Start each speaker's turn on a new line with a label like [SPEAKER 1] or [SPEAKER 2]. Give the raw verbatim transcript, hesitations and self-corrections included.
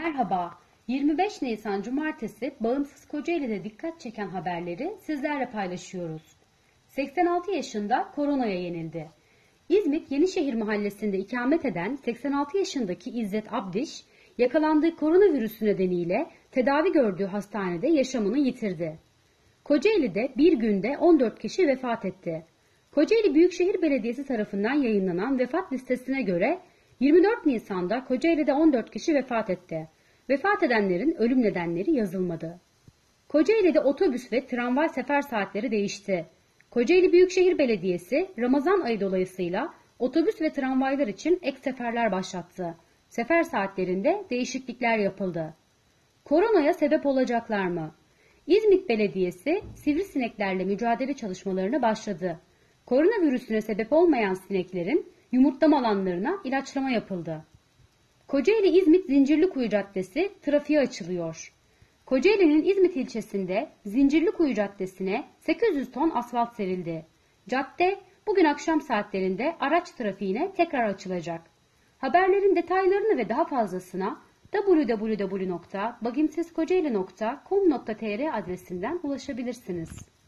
[SPEAKER 1] Merhaba, yirmi beş Nisan Cumartesi Bağımsız Kocaeli'de dikkat çeken haberleri sizlerle paylaşıyoruz. seksen altı yaşında koronaya yenildi. İzmit Yenişehir Mahallesi'nde ikamet eden seksen altı yaşındaki İzzet Abdiş, yakalandığı koronavirüsü nedeniyle tedavi gördüğü hastanede yaşamını yitirdi. Kocaeli'de bir günde on dört kişi vefat etti. Kocaeli Büyükşehir Belediyesi tarafından yayınlanan vefat listesine göre yirmi dört Nisan'da Kocaeli'de on dört kişi vefat etti. Vefat edenlerin ölüm nedenleri yazılmadı. Kocaeli'de otobüs ve tramvay sefer saatleri değişti. Kocaeli Büyükşehir Belediyesi Ramazan ayı dolayısıyla otobüs ve tramvaylar için ek seferler başlattı. Sefer saatlerinde değişiklikler yapıldı. Koronaya sebep olacaklar mı? İzmit Belediyesi sivrisineklerle mücadele çalışmalarına başladı. Koronavirüsüne sebep olmayan sineklerin yumurtlama alanlarına ilaçlama yapıldı. Kocaeli-İzmit Zincirlikuyu Caddesi trafiğe açılıyor. Kocaeli'nin İzmit ilçesinde Zincirlikuyu Caddesi'ne sekiz yüz ton asfalt serildi. Cadde bugün akşam saatlerinde araç trafiğine tekrar açılacak. Haberlerin detaylarını ve daha fazlasına double-u double-u double-u nokta bagimsizkocaeli nokta com nokta tr adresinden ulaşabilirsiniz.